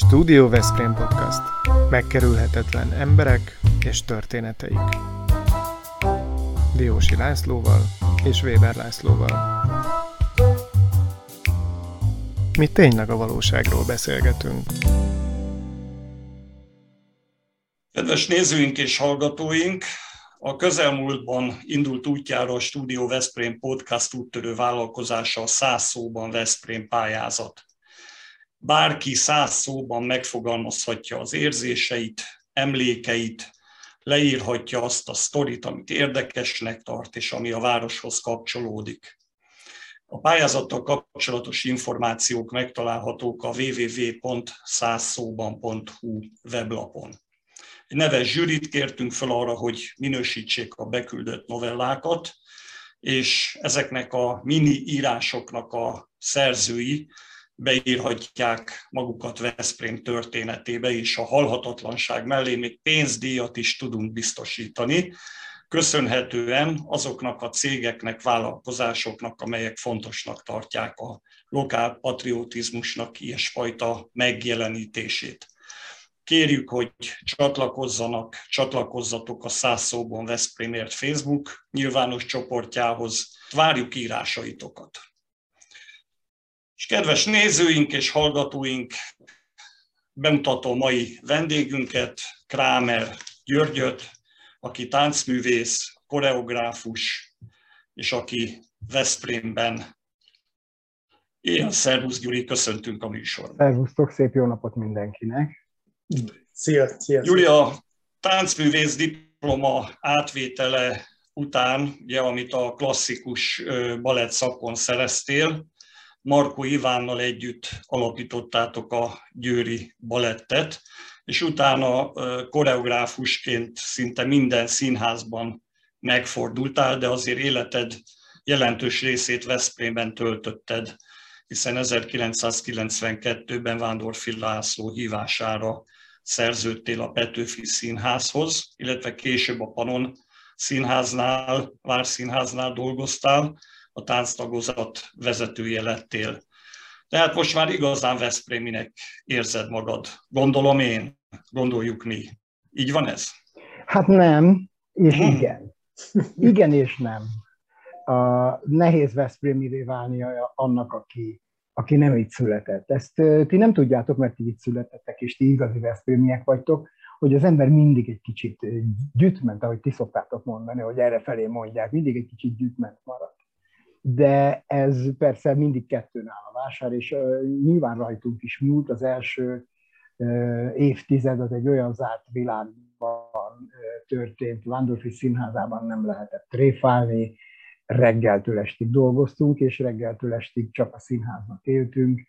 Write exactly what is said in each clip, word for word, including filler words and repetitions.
Studio Veszprém Podcast. Megkerülhetetlen emberek és történeteik. Diósi Lászlóval és Weber Lászlóval. Mi tényleg a valóságról beszélgetünk. Kedves nézőink és hallgatóink! A közelmúltban indult útjára a Studio Veszprém Podcast úttörő vállalkozása a száz szóban Veszprém pályázat. Bárki száz szóban megfogalmazhatja az érzéseit, emlékeit, leírhatja azt a sztorit, amit érdekesnek tart, és ami a városhoz kapcsolódik. A pályázattal kapcsolatos információk megtalálhatók a double-u double-u double-u pont száz szóban pont hu weblapon. Egy neves zsűrit kértünk fel arra, hogy minősítsék a beküldött novellákat, és ezeknek a mini írásoknak a szerzői beírhatják magukat Veszprém történetébe, és a halhatatlanság mellé még pénzdíjat is tudunk biztosítani, köszönhetően azoknak a cégeknek, vállalkozásoknak, amelyek fontosnak tartják a lokál patriotizmusnak ilyesfajta megjelenítését. Kérjük, hogy csatlakozzanak, csatlakozzatok a száz szóban Veszprémért Facebook nyilvános csoportjához, várjuk írásaitokat. És kedves nézőink és hallgatóink, bemutatom mai vendégünket, Krámer Györgyöt, aki táncművész, koreográfus, és aki Veszprémben él. Szervusz Gyuri, köszöntünk a műsorban. Szervusztok, szép jó napot mindenkinek! Szia, szia. Gyuri, a táncművész diploma átvétele után, ugye, amit a klasszikus balett szakon szereztél, Markó Ivánnal együtt alapítottátok a győri balettet, és utána koreográfusként szinte minden színházban megfordultál, de azért életed jelentős részét Veszprémben töltötted, hiszen ezerkilencszázkilencvenkettőben Vándorffy László hívására szerződtél a Petőfi Színházhoz, illetve később a Panon Színháznál, Várszínháznál dolgoztál, a tánctagozat vezetője lettél. Tehát most már igazán veszpréminek érzed magad. Gondolom én, gondoljuk mi. Így van ez? Hát nem, és hmm. igen. Igen és nem. A nehéz veszprémivé válnia annak, aki, aki nem így született. Ezt ti nem tudjátok, mert ti így születettek, és ti igazi veszprémiek vagytok, hogy az ember mindig egy kicsit gyütment, ahogy ti szoktátok mondani, hogy errefelé mondják, mindig egy kicsit gyütment marad. De ez persze mindig kettőn áll a vásár, és uh, nyilván rajtunk is múlt. Az első uh, évtized az egy olyan zárt világban uh, történt, Vándorffy Színházában nem lehetett tréfálni, reggeltől estig dolgoztunk, és reggeltől estig csak a színháznak éltünk.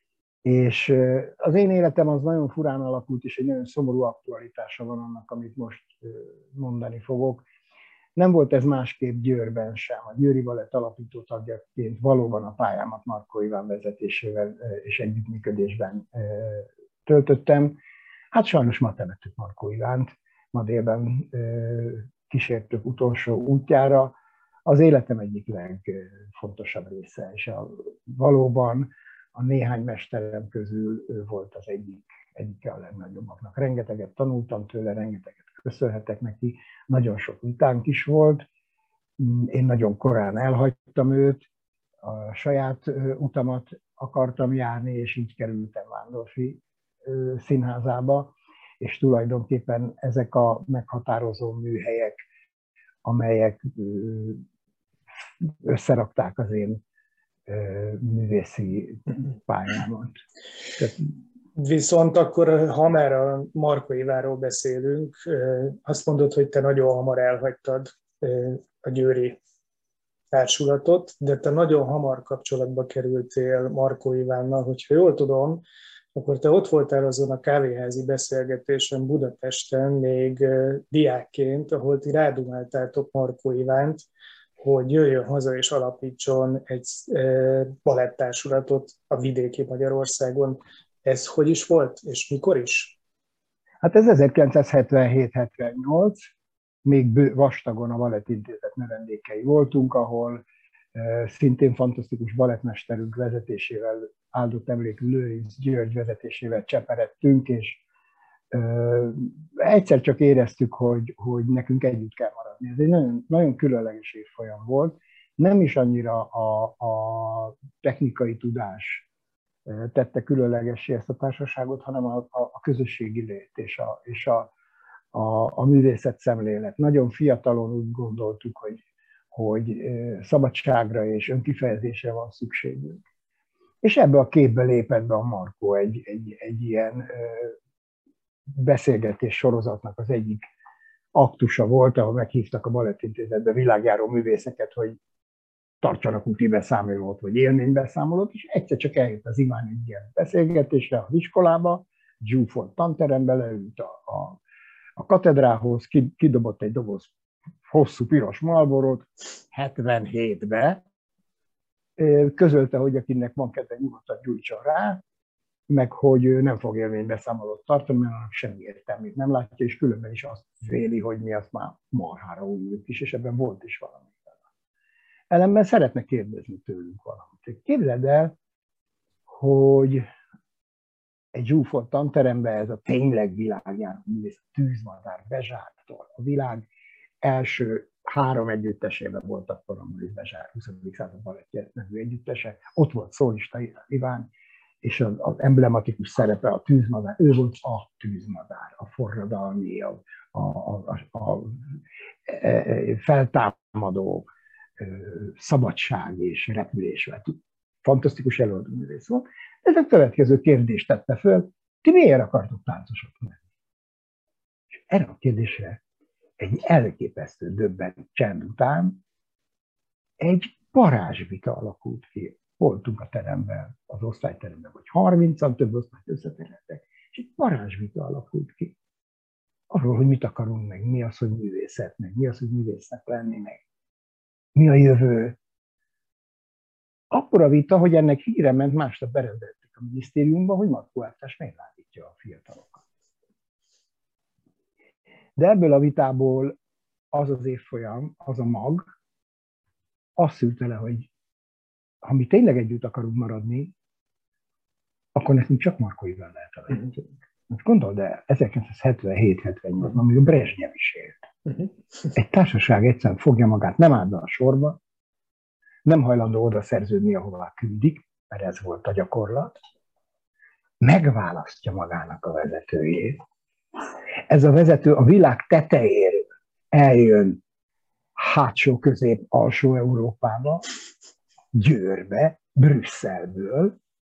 És uh, az én életem az nagyon furán alakult, és egy nagyon szomorú aktualitása van annak, amit most uh, mondani fogok. Nem volt ez másképp Győrben sem. A Győri Balett alapító tagjaként valóban a pályámat Markó Iván vezetésével és együttműködésben töltöttem. Hát sajnos ma temettük Markó Ivánt, ma délben kísértük utolsó útjára. Az életem egyik legfontosabb része, és a, valóban a néhány mesterem közül ő volt az egyik, egyike a legnagyobbaknak. Rengeteget tanultam tőle, rengeteget köszönhetek neki, nagyon sok vitánk is volt. Én nagyon korán elhagytam őt, a saját utamat akartam járni, és így kerültem Vándorffy Színházába, és tulajdonképpen ezek a meghatározó műhelyek, amelyek összerakták az én művészi pályámat. Viszont akkor, ha már a Markó Ivánról beszélünk, azt mondod, hogy te nagyon hamar elhagytad a győri társulatot, de te nagyon hamar kapcsolatba kerültél Markó Ivánnal. Hogyha jól tudom, akkor te ott voltál azon a kávéházi beszélgetésen Budapesten még diákként, ahol ti rádumáltátok Markó Ivánt, hogy jöjjön haza és alapítson egy balettársulatot a vidéki Magyarországon. Ez hogy is volt, és mikor is? Hát ez ezerkilencszázhetvenhét hetvennyolc, még vastagon a Balett Intézet növendékei voltunk, ahol szintén fantasztikus balettmesterünk vezetésével, áldott emlékű Lőrinc György vezetésével cseperedtünk, és egyszer csak éreztük, hogy, hogy nekünk együtt kell maradni. Ez egy nagyon, nagyon különleges évfolyam volt. Nem is annyira a, a technikai tudás tette különlegessé ezt a társaságot, hanem a, a, a közösségi lét és, a, és a, a, a művészet szemlélet. Nagyon fiatalon úgy gondoltuk, hogy, hogy szabadságra és önkifejezésre van szükségünk. És ebbe a képbe lépett be a Markó egy, egy, egy ilyen beszélgetés sorozatnak az egyik aktusa volt, ahol meghívtak a Balettintézetbe világjáró művészeket, hogy tartsanak úti beszámolót, vagy élménybeszámolót, és egyszer csak eljött az Iván egy ilyen beszélgetésre az iskolába, Zsúfolt tanterembe, leült a, a, a katedrához, kidobott egy doboz hosszú piros Marlborot, hetvenhétbe, közölte, hogy akinek van kedve, nyugodtan gyújtson rá, meg hogy nem fog élménybeszámolót tartani, mert annak semmi értelmét nem látja, és különben is azt véli, hogy mi azt már marhára újult is, és ebben volt is valami. Ellenben szeretne kérdezni tőlünk valamit. Képzeld el, hogy egy zsúfolt tanteremben ez a tényleg világjáró művész, a Tűzmadár Bezsártól, a világ első három együttesében volt akkor a Maurice Bezsár huszadik század balettje nevű együttese, ott volt szólista Iván, és az, az emblematikus szerepe a Tűzmadár, ő volt a Tűzmadár, a forradalmi, a, a, a, a, a feltámadó, szabadság és repülés. Fantasztikus előadó művész volt. Ez a következő kérdést tette föl, ti miért akartok táncosok lenni? És erre a kérdésre egy elképesztő döbbent csend után egy varázsvita alakult ki. Voltunk a teremben, az osztályteremben, vagy harmincan, több osztályt összetereltek, és egy varázsvita alakult ki. Arról, hogy mit akarunk meg, mi az, hogy művészet, meg mi az, hogy művésznek lenni, meg mi a jövő. Akkor a vita, hogy ennek híre ment, másnap berendelték a minisztériumban, hogy Markó elvtárs meglátítja a fiatalokat. De ebből a vitából az az évfolyam, az a mag, azt szülte le, hogy ha mi tényleg együtt akarunk maradni, akkor nekünk csak Markóival lehet a vezetőnk. Most gondold el, ezerkilencszázhetvenhét hetvennyolcban, amikor Brezsnyev is élt. Egy társaság egyszerűen fogja magát, nem áll be a sorba, nem hajlandó oda szerződni, ahová küldik, mert ez volt a gyakorlat, megválasztja magának a vezetőjét. Ez a vezető a világ tetejéről eljön hátsó közép alsó Európába, Győrbe, Brüsszelből,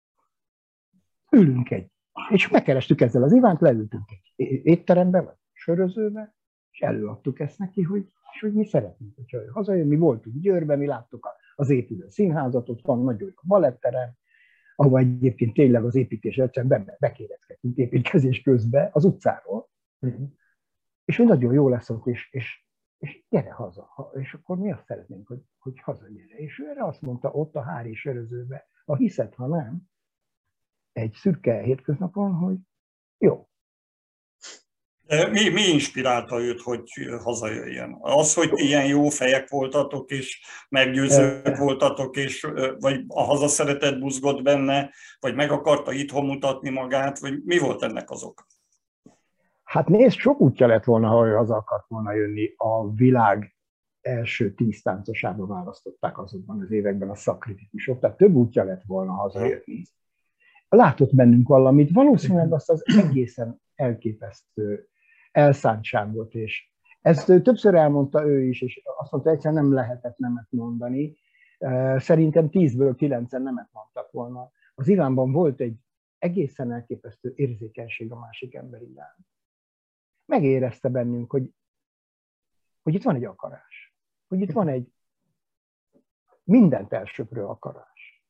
ülünk egy, és megkerestük ezzel az Ivánt, leültünk egy étterembe, vagy sörözőbe, és előadtuk ezt neki, hogy, és hogy mi szeretnénk, hogyha ő hazajön, mi voltunk Győrben, mi láttuk az épülő színházat, ott van nagyon a baletterem, ahova egyébként tényleg az építés egyszerűen bekérezkedtünk építkezés közben az utcáról, uh-huh. és hogy nagyon jó lesz ott, és, és, és gyere haza, és akkor mi azt szeretnénk, hogy, hogy hazagyere. És ő erre azt mondta ott a Hári sörözőbe, ha hiszed, ha nem, egy szürke hétköznapon, hogy jó. De mi, mi inspirálta őt, hogy hazajöjjön? Az, hogy ilyen jó fejek voltatok, és meggyőzők voltatok, és, vagy a hazaszeretet buzgott benne, vagy meg akarta itthon mutatni magát, vagy mi volt ennek az oka? Hát nézd, sok útja lett volna, ha ő haza akart volna jönni. A világ első tíz táncosába választották azokban az években a szakkritikusok, tehát több útja lett volna hazajönni. Látott bennünk valamit, valószínűleg azt az egészen elképesztő elszántságot, és ezt többször elmondta ő is, és azt mondta, egyszerűen nem lehetett nemet mondani. Szerintem tízből kilencen nemet mondtak volna. Az Ivánban volt egy egészen elképesztő érzékenység a másik ember iránt. Megérezte bennünk, hogy, hogy itt van egy akarás, hogy itt van egy mindent elsöprő akarás.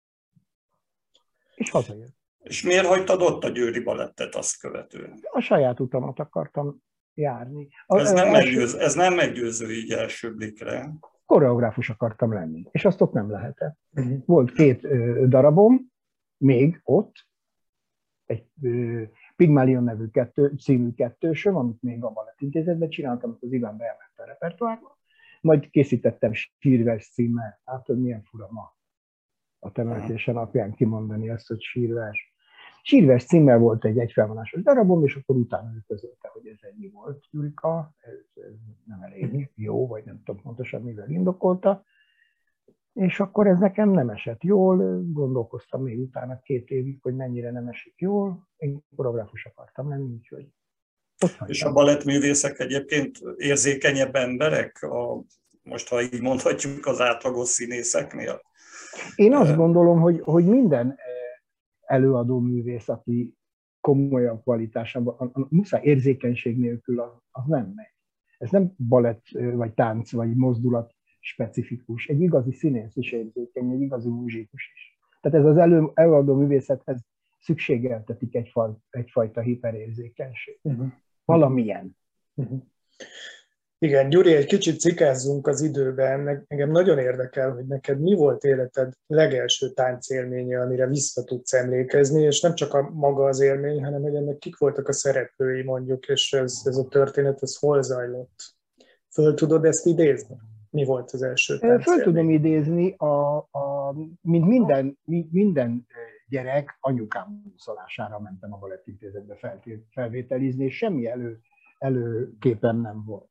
És hazajött. És miért hagytad ott a győri balettet azt követően? A saját utamat akartam járni. A, ez, nem első... meggyőző, ez nem meggyőző így első blikre. Koreográfus akartam lenni, és azt ott nem lehetett. Volt két ö, darabom, még ott, egy ö, Pygmalion nevű kettő, című kettősöm, amit még a Balettintézetben csináltam, amit az Iván beemelt a repertoárba, Majd készítettem sírvers címmel. Látod, milyen fura ma a temetése napján kimondani azt, hogy sírvers. Sírvers címmel volt egy egyfelvonásos darabom, és akkor utána ő közölte, hogy ez ennyi volt, Gyurika, ez, ez nem elég jó, vagy nem tudom pontosan mivel indokolta. És akkor ez nekem nem esett jól, gondolkoztam még utána két évig, hogy mennyire nem esik jól. Én koreográfus akartam lenni, úgyhogy ott hagytam. És a balettművészek egyébként érzékenyebb emberek, a, most ha így mondhatjuk, az átlagos színészeknél? Én azt gondolom, hogy, hogy minden előadó művész, aki komolyabb kvalitásában, a, a muszáj érzékenység nélkül az, az nem megy. Ez nem balett, vagy tánc, vagy mozdulat specifikus. Egy igazi színész is érzékeny, egy igazi muzsikus is. Tehát ez az elő, előadó művészethez szükségeltetik egyfaj, egyfajta hiperérzékenység. Uh-huh. Valamilyen. Uh-huh. Igen, Gyuri, egy kicsit cikázzunk az időben. Engem nagyon érdekel, hogy neked mi volt életed legelső táncélménye, amire vissza tudsz emlékezni, és nem csak a maga az élmény, hanem hogy ennek kik voltak a szereplői, mondjuk, és ez, ez a történet, ez hol zajlott? Föl tudod ezt idézni? Mi volt az első táncélmény? Föl tudom idézni, a, a, mint minden, minden gyerek, anyukám buszolására mentem a Balettintézetbe felvételizni, és semmi elő, előképen nem volt.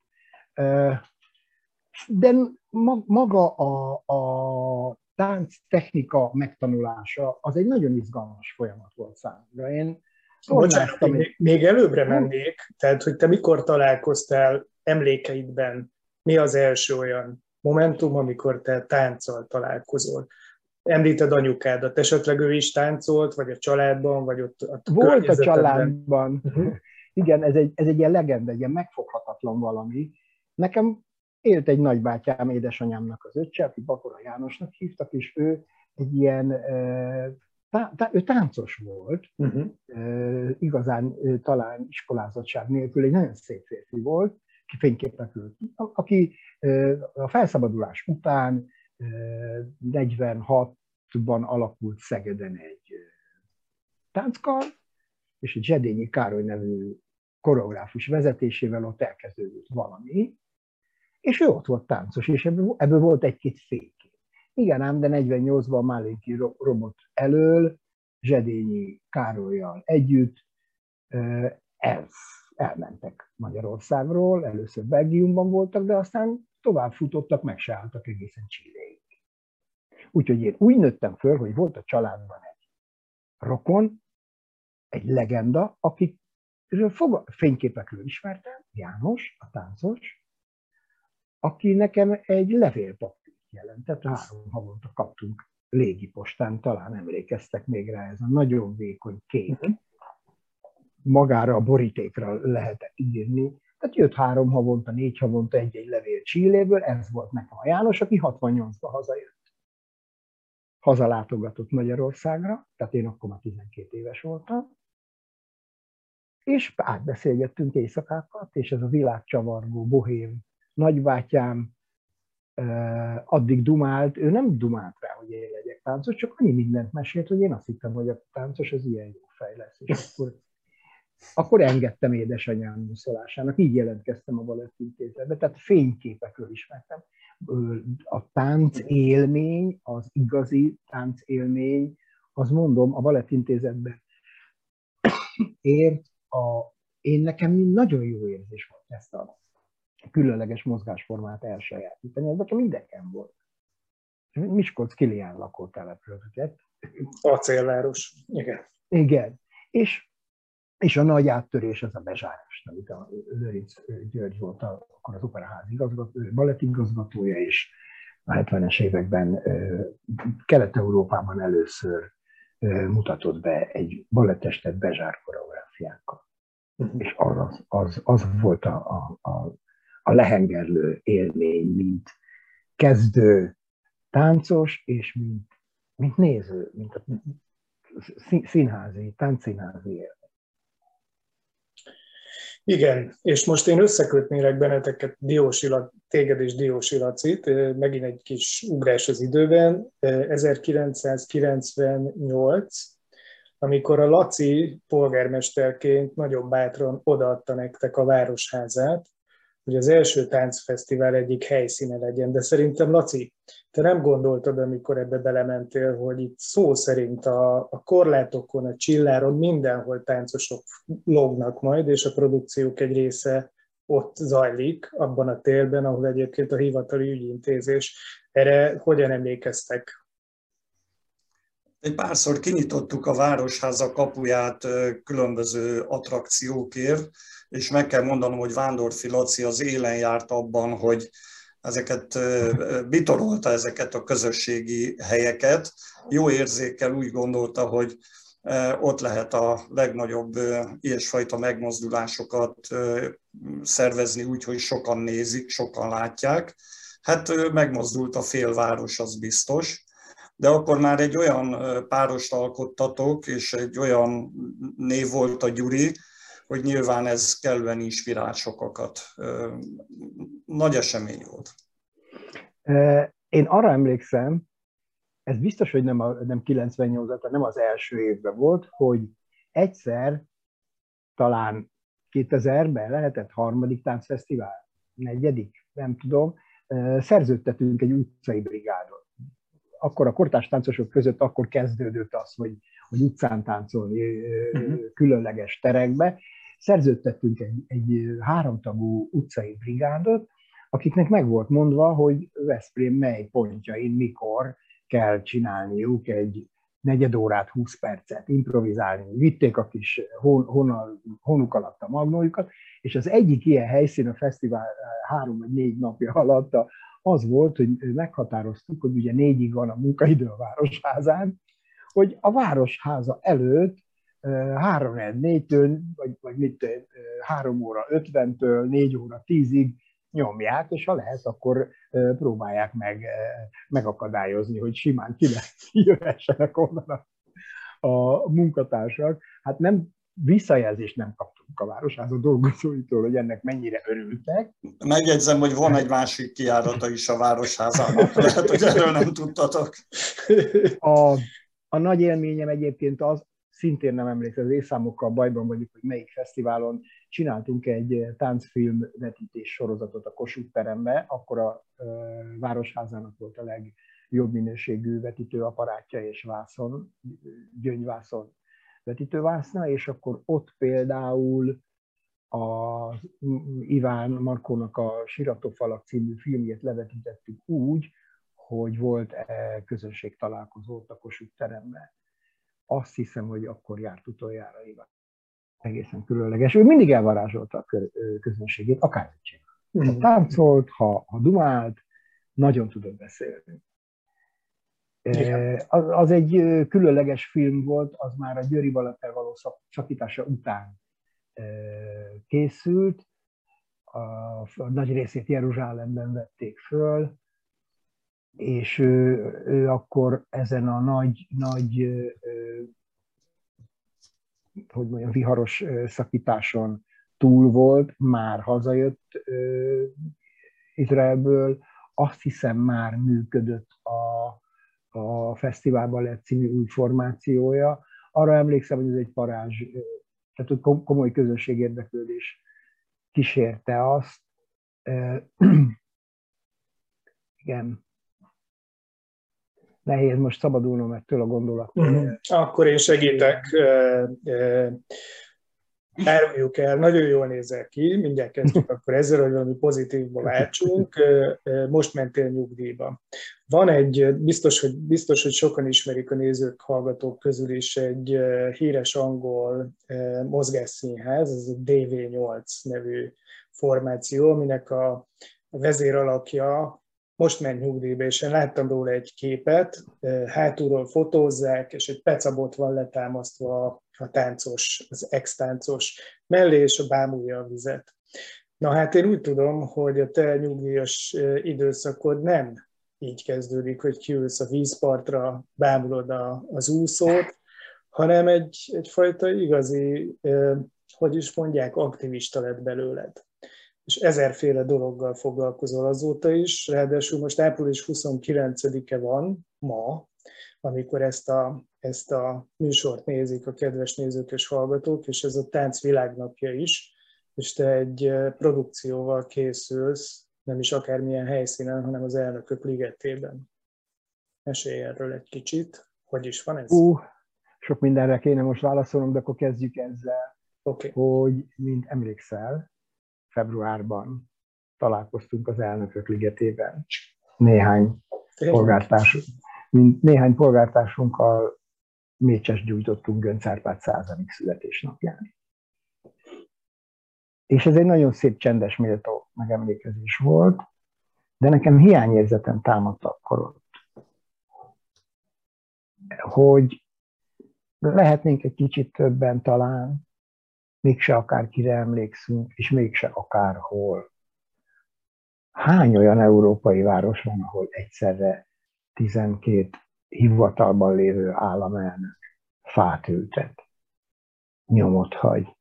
De maga a, a tánc technika megtanulása az egy nagyon izgalmas folyamat volt számomra. Én Bocsánat, még, még előbbre mennék, tehát hogy te mikor találkoztál emlékeidben, mi az első olyan momentum, amikor te tánccal találkozol? Említed anyukádat, esetleg ő is táncolt, vagy a családban, vagy ott a Volt a családban. Uh-huh. Igen, ez egy, ez egy ilyen legenda, egy ilyen megfoghatatlan valami. Nekem élt egy nagybátyám, édesanyámnak az öccse, aki Bakora Jánosnak hívtak, és ő egy ilyen, tá, tá, ő táncos volt, uh-huh. igazán talán iskolázottság nélkül, egy nagyon szép férfi volt, ki fényképre küld, aki a felszabadulás után negyvenhatban alakult Szegeden egy tánckar, és egy Zsedényi Károly nevű koreográfus vezetésével ott elkezdődött valami, és ő ott volt táncos, és ebből, ebből volt egy-két fékép. Igen ám, de negyvennyolcban Máléki Robot elől, Zsedényi Károllyal együtt ez, elmentek Magyarországról, először Belgiumban voltak, de aztán tovább futottak, meg se álltak egészen Chiléig. Úgyhogy én úgy nőttem föl, hogy volt a családban egy rokon, egy legenda, akikről fényképekről ismertem, János, a táncos, aki nekem egy levélpapírt jelentett, három havonta kaptunk légipostán, talán emlékeztek még rá, ez a nagyon vékony kék, magára a borítékra lehetett írni, tehát jött három havonta, négy havonta egy-egy levél Chiléből, ez volt nekem a János, aki hatvannyolcban hazajött. Hazalátogatott Magyarországra, tehát én akkor már tizenkét éves voltam, és átbeszélgettünk éjszakákat, és ez a világcsavargó, bohém nagybátyám eh, addig dumált, ő nem dumált rá, hogy én legyek táncos, csak annyi mindent mesélt, hogy én azt hittem, hogy a táncos az ilyen jó fej lesz, és akkor, akkor engedtem édesanyám buszolásának, így jelentkeztem a Balettintézetbe, tehát fényképekről ismertem. A tánc élmény, az igazi tánc élmény, az mondom, a Balettintézetben ért, a, én nekem nagyon jó érzés volt ezt a különleges mozgásformát elsajátítani, ez nekem mindenkem volt. Miskolc Kilián lakótelepről. Acélváros, igen. Igen, és, és a nagy áttörés az a bezsárás, amit a Lőrinc György volt a, akkor az Operaház igazgató, balettigazgatója, és a hetvenes években Kelet-Európában először mutatott be egy balettestet bezsár koreográfiákkal. Uh-huh. És az, az, az volt a, a, a, a lehengerlő élmény, mint kezdő táncos, és mint, mint néző, mint a színházi, táncszínházi élmény. Igen, és most én összekötnélek benneteket, Diósi Laci, téged és Diósi Lacit, megint egy kis ugrás az időben, ezerkilencszázkilencvennyolc, amikor a Laci polgármesterként nagyon bátran odaadta nektek a városházát, hogy az első táncfesztivál egyik helyszíne legyen. De szerintem, Laci, te nem gondoltad, amikor ebbe belementél, hogy itt szó szerint a, a korlátokon, a csilláron mindenhol táncosok lógnak majd, és a produkciók egy része ott zajlik, abban a térben, ahol egyébként a hivatali ügyintézés. Erre hogyan emlékeztek? Egy párszor kinyitottuk a Városháza kapuját különböző attrakciókért, és meg kell mondanom, hogy Vándorfi Laci az élen járt abban, hogy ezeket bitorolta, ezeket a közösségi helyeket. Jó érzékkel úgy gondolta, hogy ott lehet a legnagyobb ilyesfajta megmozdulásokat szervezni úgy, hogy sokan nézik, sokan látják. Hát megmozdult a félváros, az biztos. De akkor már egy olyan párost alkottatok, és egy olyan név volt a Gyuri, hogy nyilván ez kellően inspirált sokakat. Nagy esemény volt. Én arra emlékszem, ez biztos, hogy nem, a, nem kilencvennyolcban, nem az első évben volt, hogy egyszer, talán kétezerben lehetett harmadik táncfesztivál, negyedik, nem tudom, szerződtetünk egy utcai brigádot. Akkor a kortárs táncosok között akkor kezdődött az, hogy, hogy utcán táncolni uh-huh. különleges terekbe. Szerződtettünk egy, egy háromtagú utcai brigádot, akiknek meg volt mondva, hogy Veszprém mely pontjain, mikor kell csinálniuk egy negyed órát, húsz percet, improvizálni. Vitték a kis hon, honal, honuk alatt a magnójukat, és az egyik ilyen helyszín a fesztivál három vagy négy napja alatt az volt, hogy meghatároztuk, hogy ugye négyig van a munkaidő a Városházán, hogy a Városháza előtt három négytől, vagy, vagy mit, három óra ötventől négy óra tízig nyomják, és ha lehet, akkor próbálják meg megakadályozni, hogy simán kijöhessenek onnan a, a munkatársak. Hát nem, visszajelzést nem kaptunk a Városháza dolgozóitól, hogy ennek mennyire örültek. Megjegyzem, hogy van egy másik kijárata is a Városházának, lehet, hogy erről nem tudtatok. A, a nagy élményem egyébként az, szintén nem emlékszem, az évszámokkal bajban vagyok, hogy melyik fesztiválon csináltunk egy táncfilm vetítés sorozatot a Kossuth terembe, akkor a Városházának volt a legjobb minőségű vetítőaparátja és vászon, gyöngyvászon vetítővászna, és akkor ott például a Iván Markónak a Sirató-falak című filmjét levetítettük úgy, hogy volt közönségtalálkozó a Kossuth teremben. Azt hiszem, hogy akkor járt utoljára Iván. Egészen különleges. Ő mindig elvarázsolta a közönségét, akármit csinál. Ha táncolt, ha, ha dumált, nagyon tudott beszélni. Az, az egy különleges film volt, az már a Győri Balettel való szakítása után készült. A, a nagy részét Jeruzsálemben vették föl, és ő, ő akkor ezen a nagy, nagy hogy mondjam, viharos szakításon túl volt, már hazajött Izraelből, azt hiszem már működött a, a Fesztivál Balett című új formációja. Arra emlékszem, hogy ez egy parázs, tehát komoly közönségérdeklődés kísérte azt. Igen. Nehéz most szabadulnom ettől a gondolattól. Akkor én segítek. Áruljuk el, nagyon jól nézel ki, mindjárt kezdjük akkor ezzel, hogy valami pozitívba váltsunk. Most mentél nyugdíjba. Van egy, biztos hogy, biztos, hogy sokan ismerik a nézők, hallgatók közül is, egy híres angol mozgásszínház, ez a dé vé nyolc nevű formáció, aminek a vezéralakja most ment nyugdíjba, és én láttam róla egy képet, hátulról fotózzák, és egy pecabot van letámasztva a táncos, az ex-táncos mellé, és a bámulja a vizet. Na hát én úgy tudom, hogy a te nyugdíjas időszakod nem így kezdődik, hogy kiülsz a vízpartra, bámulod a, az úszót, hanem egy, egyfajta igazi, hogy is mondják, aktivista lett belőled. És ezerféle dologgal foglalkozol azóta is, ráadásul most április huszonkilencedike van, ma, amikor ezt a, ezt a műsort nézik a kedves nézők és hallgatók, és ez a tánc világnapja is, és te egy produkcióval készülsz, nem is akármilyen helyszínen, hanem az Elnökök ligetében. Mesélj erről egy kicsit. Hogy is van ez? Ú, sok mindenre kéne most válaszolnom, de akkor kezdjük ezzel, okay. hogy, mint emlékszel, februárban találkoztunk az Elnökök ligetében. Néhány polgártársunk, mint néhány polgártársunkkal mécses gyújtottunk Göncz Árpád századik születésnapján. És ez egy nagyon szép, csendes, méltó megemlékezés volt, de nekem hiányérzetem támadt akkor ott, hogy lehetnénk egy kicsit többen talán, mégse akárkire emlékszünk, és mégse akárhol. Hány olyan európai város van, ahol egyszerre tizenkét hivatalban lévő államelnök fát ültet, nyomot hagy?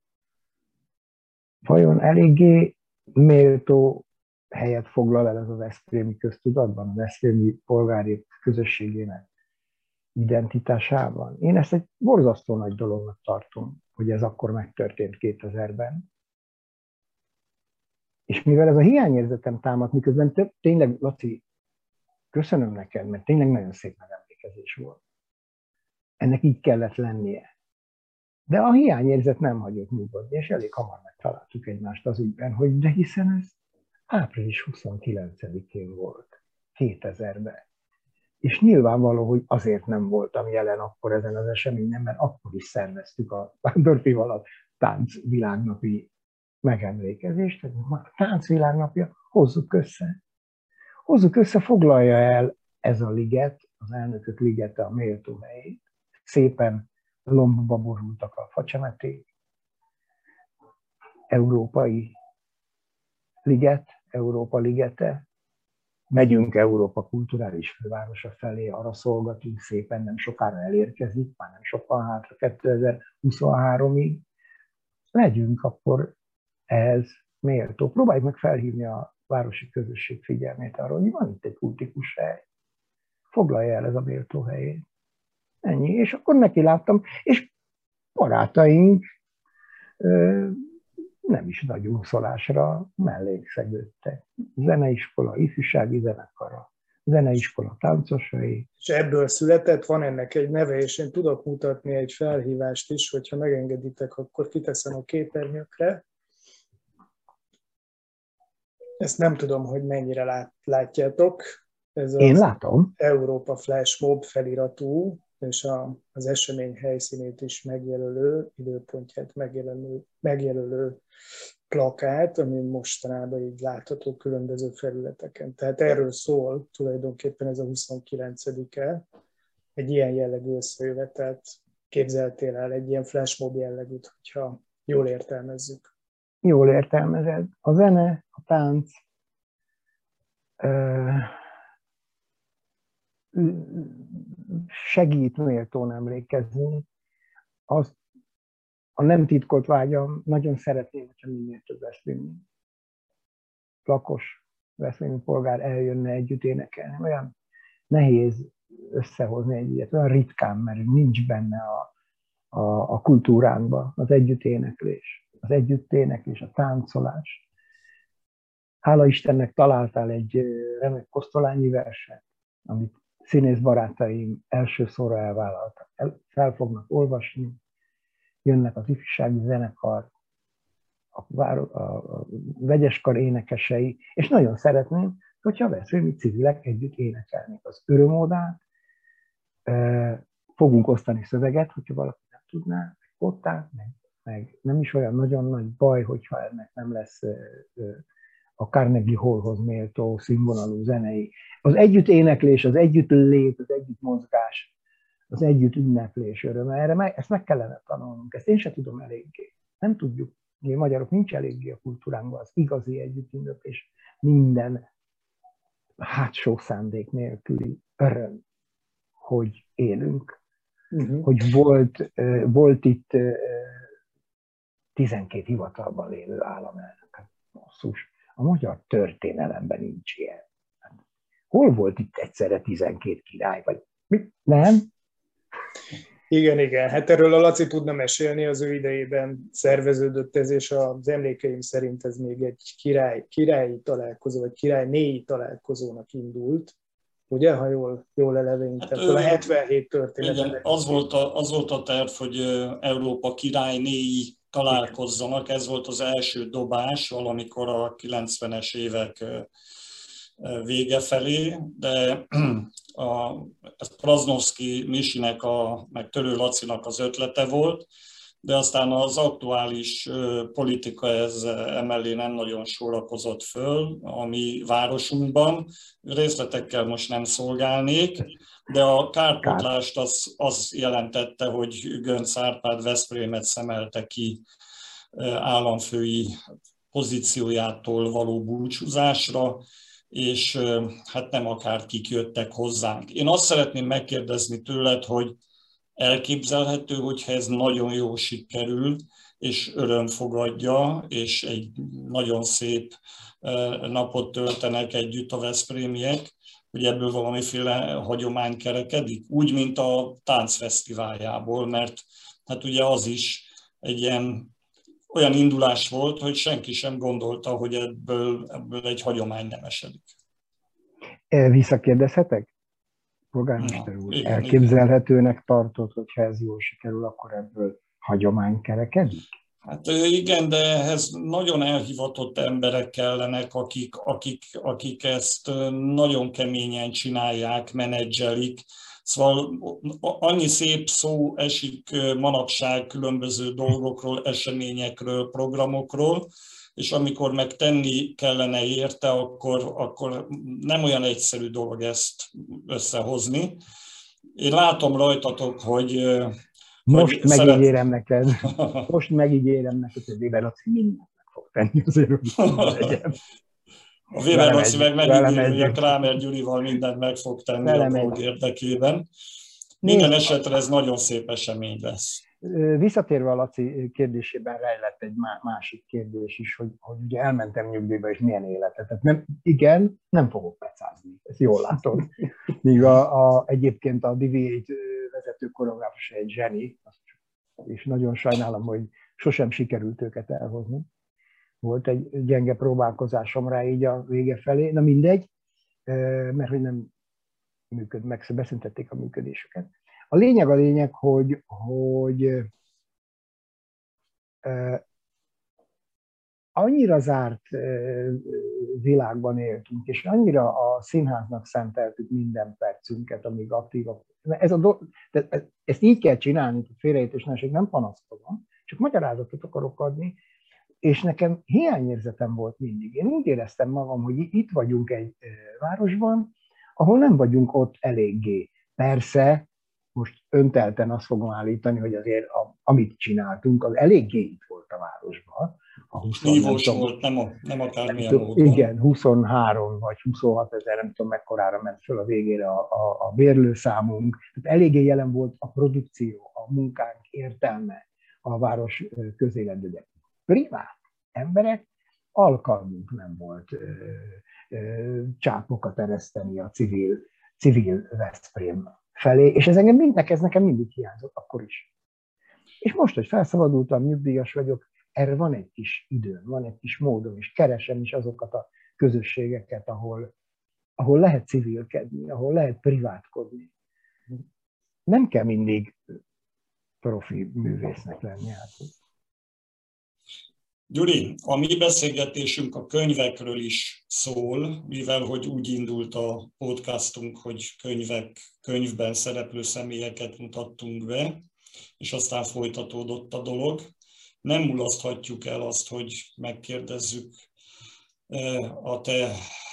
Vajon eléggé méltó helyet foglal el ez a veszprémi köztudatban, a veszprémi polgári közösségének identitásában? Én ezt egy borzasztó nagy dolognak tartom, hogy ez akkor megtörtént kétezerben. És mivel ez a hiányérzetem támadt, miközben több, tényleg, Laci, köszönöm neked, mert tényleg nagyon szép megemlékezés volt. Ennek így kellett lennie. De a hiányérzet nem hagyott nyugodni, és elég hamar megtaláltuk egymást az ügyben, hogy de hiszen ez április huszonkilencedikén volt, kétezerben. És nyilvánvaló, hogy azért nem voltam jelen akkor ezen az eseményen, mert akkor is szerveztük a Vándorfival tánc világnapi megemlékezést, a tánc világnapja, hozzuk össze. Hozzuk össze, foglalja el ez a liget, az Elnökök ligete a méltó helyét. Szépen lombba borultak a facsemeték. Európai liget, Európa ligete. Megyünk Európa kulturális fővárosa felé, arra szolgatunk, szépen nem sokára elérkezik, már nem sokkal hátra kétezer-huszonháromig. Legyünk akkor ehhez méltó. Próbáljuk meg felhívni a városi közösség figyelmét arra, hogy van itt egy kultikus hely. Foglalja el ez a méltó helyét. Ennyi. És akkor neki láttam, és barátaink ö, nem is nagy úszolásra mellénk szegődtek. Zeneiskola, ifjúsági zenekara, zeneiskola táncosai. És ebből született, van ennek egy neve, és én tudok mutatni egy felhívást is, hogyha megengeditek, akkor kiteszem a képernyőkre. Ezt nem tudom, hogy mennyire lát, látjátok. Ez Én látom. Európa Flash Mob feliratú, és a, az esemény helyszínét is megjelölő, időpontját megjelölő, megjelölő plakát, ami mostanában így látható különböző felületeken. Tehát erről szól tulajdonképpen ez a huszonkilencedike. Egy ilyen jellegű összejövetelt képzeltél el, egy ilyen flash mob jellegűt, hogyha jól értelmezzük. Jól értelmezed. A zene, a tánc, segít méltón emlékezni. Az, a nem titkolt vágyam, nagyon szeretném, hogyha minél több veszprémi lakos, veszprémi polgár eljönne együtt énekelni. Olyan nehéz összehozni egy ilyet, olyan ritkán, mert nincs benne a, a, a kultúránkban az együtténeklés, az együtténeklés, a táncolás. Hála Istennek találtál egy remek kosztolányi verset, amit színész barátaim első szóra elvállaltak. El, fel fognak olvasni, jönnek az ifjúsági zenekar, a, a, a vegyeskar énekesei, és nagyon szeretném, hogyha a veszprémi civilek együtt énekelnék az örömódát, fogunk osztani szöveget, hogyha valaki nem tudná, meg kottát, meg, meg nem is olyan nagyon nagy baj, hogyha ennek nem lesz a Carnegie Hallhoz méltó színvonalú zenei. Az együtt éneklés, az együtt lét, az együtt mozgás, az együtt ünneplés öröme, erre meg, ezt meg kellene tanulnunk, ezt én sem tudom eléggé. Nem tudjuk, mi magyarok nincs eléggé a kultúránkban az igazi együtt ünneplés, minden hátsó szándék nélküli öröm, hogy élünk. Uh-huh. Hogy volt, volt itt tizenkét hivatalban lévő államelnök. Basszus, a magyar történelemben nincs ilyen. Hol volt itt egyszerre tizenkét király, vagy mit? Nem? Igen, igen. Hát erről a Laci tudna mesélni, az ő idejében szerveződött ez, és az emlékeim szerint ez még egy király, királyi találkozó, vagy királynéi találkozónak indult. Ugye, ha jól, jól elevenítem, hát, a hetvenhét történetet. Igen, az volt, a, az volt a terv, hogy Európa királynéi találkozzanak, ez volt az első dobás valamikor a kilencvenes évek vége felé, de a, ez Praznovszky Misinek, a, meg Törő Lacinak az ötlete volt, de aztán az aktuális politika ez emellé nem nagyon sorakozott föl a mi városunkban. Részletekkel most nem szolgálnék, de a kárpótlást az, az jelentette, hogy Göncz Árpád Veszprémet szemelte ki államfői pozíciójától való búcsúzásra, és hát nem akárkik jöttek hozzánk. Én azt szeretném megkérdezni tőled, hogy elképzelhető, hogyha ez nagyon jól sikerül, és öröm fogadja, és egy nagyon szép napot töltenek együtt a veszprémiek, hogy ebből valamiféle hagyomány kerekedik, úgy, mint a táncfesztiváljából, mert hát ugye az is egy ilyen olyan indulás volt, hogy senki sem gondolta, hogy ebből, ebből egy hagyomány nem esedik. Visszakérdezhetek? Polgármester úr, igen, elképzelhetőnek igen. tartod, hogyha ez jól sikerül, akkor ebből hagyomány kerekedik? Hát igen, de ehhez nagyon elhivatott emberek kellenek, akik, akik, akik ezt nagyon keményen csinálják, menedzselik. Szóval annyi szép szó esik manapság különböző dolgokról, eseményekről, programokról, és amikor meg tenni kellene érte, akkor, akkor nem olyan egyszerű dolog ezt összehozni. Én látom rajtatok, hogy... Most hogy megígérem szeret... neked, most megígérem neked, hogy Weber Laci mindent meg fog tenni azért, hogy legyen. A Weber Laci meg megígéri, hogy a Krámer Gyurival mindent meg fog tenni velem a dolog érdekében. Minden Nézd, esetre ez nagyon szép esemény lesz. Visszatérve a Laci kérdésében rejlett egy másik kérdés is, hogy, hogy ugye elmentem nyugdíjba, és milyen életet. Tehát nem, igen, nem fogok pecázni, ezt jól látod. Míg a, a, egyébként a dé vé hét vezető koreográfus egy zseni, és nagyon sajnálom, hogy sosem sikerült őket elhozni. Volt egy gyenge próbálkozásom rá így a vége felé, na mindegy, mert hogy nem működ, meg beszüntették a működésüket. A lényeg a lényeg, hogy, hogy eh, annyira zárt eh, világban éltünk, és annyira a színháznak szenteltük minden percünket, amíg aktívak. Ez a do- de ezt így kell csinálni, hogy félreértésnek nem panaszkodom, csak magyarázatot akarok adni, és nekem hiányérzetem volt mindig. Én úgy éreztem magam, hogy itt vagyunk egy eh, városban, ahol nem vagyunk ott eléggé. Persze, most öntelten azt fogom állítani, hogy azért a, amit csináltunk, az eléggé itt volt a városban. Nívós volt, nem, a, nem akármilyen módon. Igen, huszonhárom vagy huszonhat ezer, nem tudom mekkorára ment föl a végére a, a, a bérlőszámunk. Tehát eléggé jelen volt a produkció, a munkánk értelme a város közéletben. De privát emberek, alkalmunk nem volt ö, ö, csápokat ereszteni a civil, civil Veszprém felé, és ez engem mindnek, ez nekem mindig hiányzott, akkor is. És most, hogy felszabadultam, nyugdíjas vagyok, erre van egy kis időm, van egy kis módom, és keresem is azokat a közösségeket, ahol, ahol lehet civilkedni, ahol lehet privátkodni. Nem kell mindig profi művésznek lenni. Hát. Gyuri, a mi beszélgetésünk a könyvekről is szól, mivel hogy úgy indult a podcastunk, hogy könyvek, könyvben szereplő személyeket mutattunk be, és aztán folytatódott a dolog. Nem mulaszthatjuk el azt, hogy megkérdezzük a te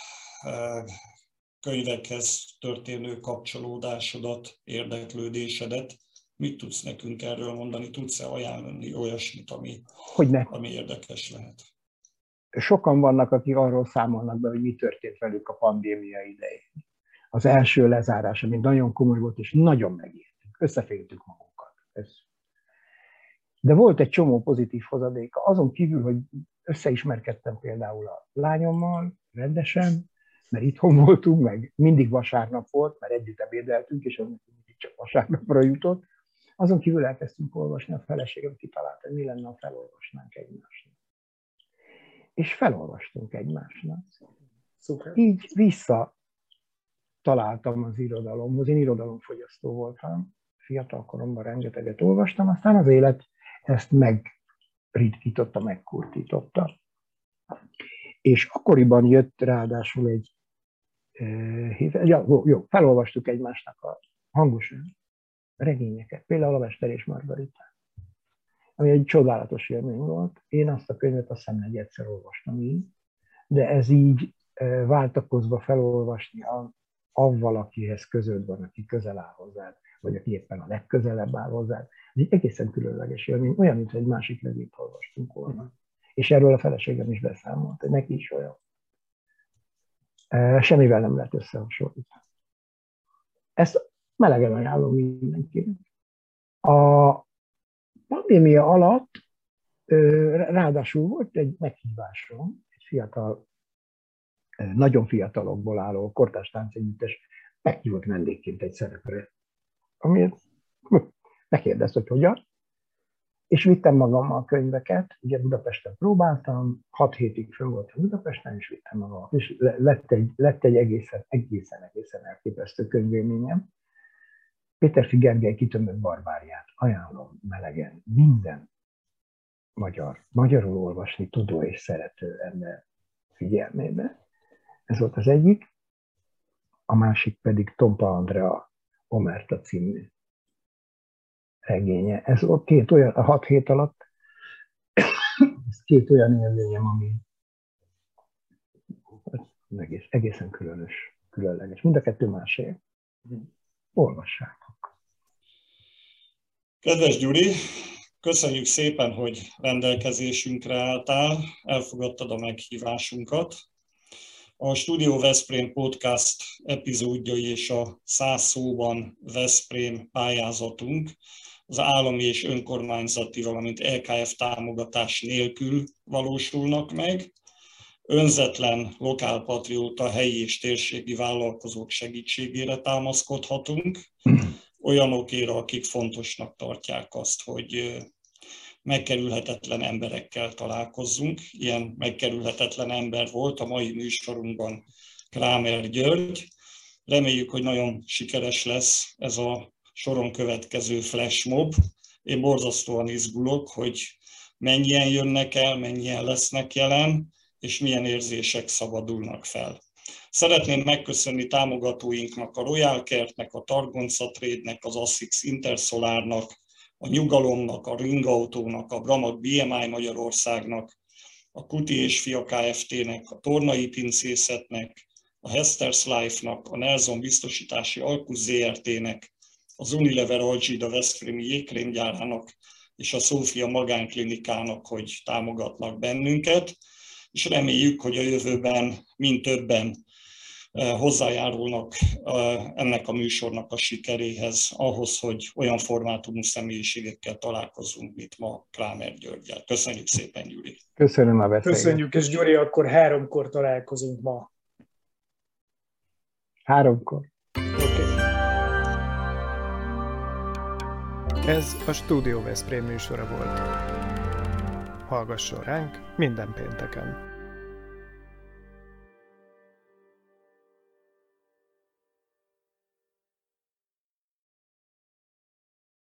könyvekhez történő kapcsolódásodat, érdeklődésedet. Mit tudsz nekünk erről mondani? Tudsz-e ajánlani olyasmit, ami, ami érdekes lehet? Sokan vannak, akik arról számolnak be, hogy mi történt velük a pandémia idején. Az első lezárás, ami nagyon komoly volt, és nagyon megértünk. Összefértük magunkat. Ez. De volt egy csomó pozitív hozadéka. Azon kívül, hogy összeismerkedtem például a lányommal rendesen, mert itthon voltunk, meg mindig vasárnap volt, mert együtt ebédeltünk, és az mindig csak vasárnapra jutott. Azon kívül elkezdtünk olvasni, a feleségem kitalálta, hogy mi lenne, ha felolvasnánk egymásnak. És felolvastunk egymásnak. Szuper. Így vissza találtam az irodalomhoz. Én irodalomfogyasztó voltam, fiatal koromban rengeteget olvastam, aztán az élet ezt megritkította, megkurtította. És akkoriban jött ráadásul egy, ja, jó, felolvastuk egymásnak a hangosan regényeket, például a Mester és Margarita, ami egy csodálatos élmény volt. Én azt a könyvet azt hiszem egy egyszer olvastam így, de ez így váltakozva felolvasni avval, akihez közöd van, aki közel áll hozzád, vagy aki éppen a legközelebb áll hozzád. Ez egy egészen különleges élmény, olyan, mint egy másik regényt olvastunk volna. És erről a feleségem is beszámolt, hogy neki is olyan. Semmivel nem lehet összehasonlítani. Ezt melegen ajánlom mindenkinek. A pandémia alatt ráadásul volt egy meghívásom, egy fiatal, nagyon fiatalokból álló kortárs táncegyüttes meghívott vendégként egy szerepre, amiért megkérdezte, hogy hogyan, és vittem magammal a könyveket, ugye Budapesten próbáltam, hat hétig fönn voltam Budapesten, és vittem magam, és lett egy, lett egy egészen, egészen, egészen elképesztő könyvélményem. Péterfi Gergely Kitömött barbáriát ajánlom melegen minden magyar, magyarul olvasni tudó és szerető ember figyelmébe. Ez volt az egyik. A másik pedig Tompa Andrea Omerta című regénye. Ez ott két olyan, a hat hét alatt, ez két olyan élményem, ami egész, egészen különös, különleges. Mind a kettő másért. Olvassátok. Kedves Gyuri, köszönjük szépen, hogy rendelkezésünkre álltál, elfogadtad a meghívásunkat. A Studio Veszprém podcast epizódjai és a száz szóban Veszprém pályázatunk az állami és önkormányzati, valamint é ká ef támogatás nélkül valósulnak meg. Önzetlen lokálpatrióta helyi és térségi vállalkozók segítségére támaszkodhatunk, olyanokére, akik fontosnak tartják azt, hogy megkerülhetetlen emberekkel találkozzunk. Ilyen megkerülhetetlen ember volt a mai műsorunkban Krámer György. Reméljük, hogy nagyon sikeres lesz ez a soron következő flashmob. Én borzasztóan izgulok, hogy mennyien jönnek el, mennyien lesznek jelen, és milyen érzések szabadulnak fel. Szeretném megköszönni támogatóinknak, a Royal Kertnek, a Targonca Trade-nek, az Assix Intersolarnak, a Nyugalomnak, a Ringautónak, a Bramag bé em i Magyarországnak, a Kuti és Fia Kft-nek, a Tornai Pincészetnek, a Hester's Life-nak, a Nelson Biztosítási Alkusz zé er té-nek, az Unilever Algida Veszprémi jégkrémgyárának és a Szófia Magánklinikának, hogy támogatnak bennünket, és reméljük, hogy a jövőben mind többen hozzájárulnak ennek a műsornak a sikeréhez, ahhoz, hogy olyan formátumú személyiségekkel találkozunk, mint ma Krámer Györggyel. Köszönjük szépen, Gyuri! Köszönöm a beszélgetést! Köszönjük, és Gyuri, akkor háromkor találkozunk ma. Háromkor. Okay. Ez a Studio Veszprém műsora volt. Hallgasson ránk minden pénteken!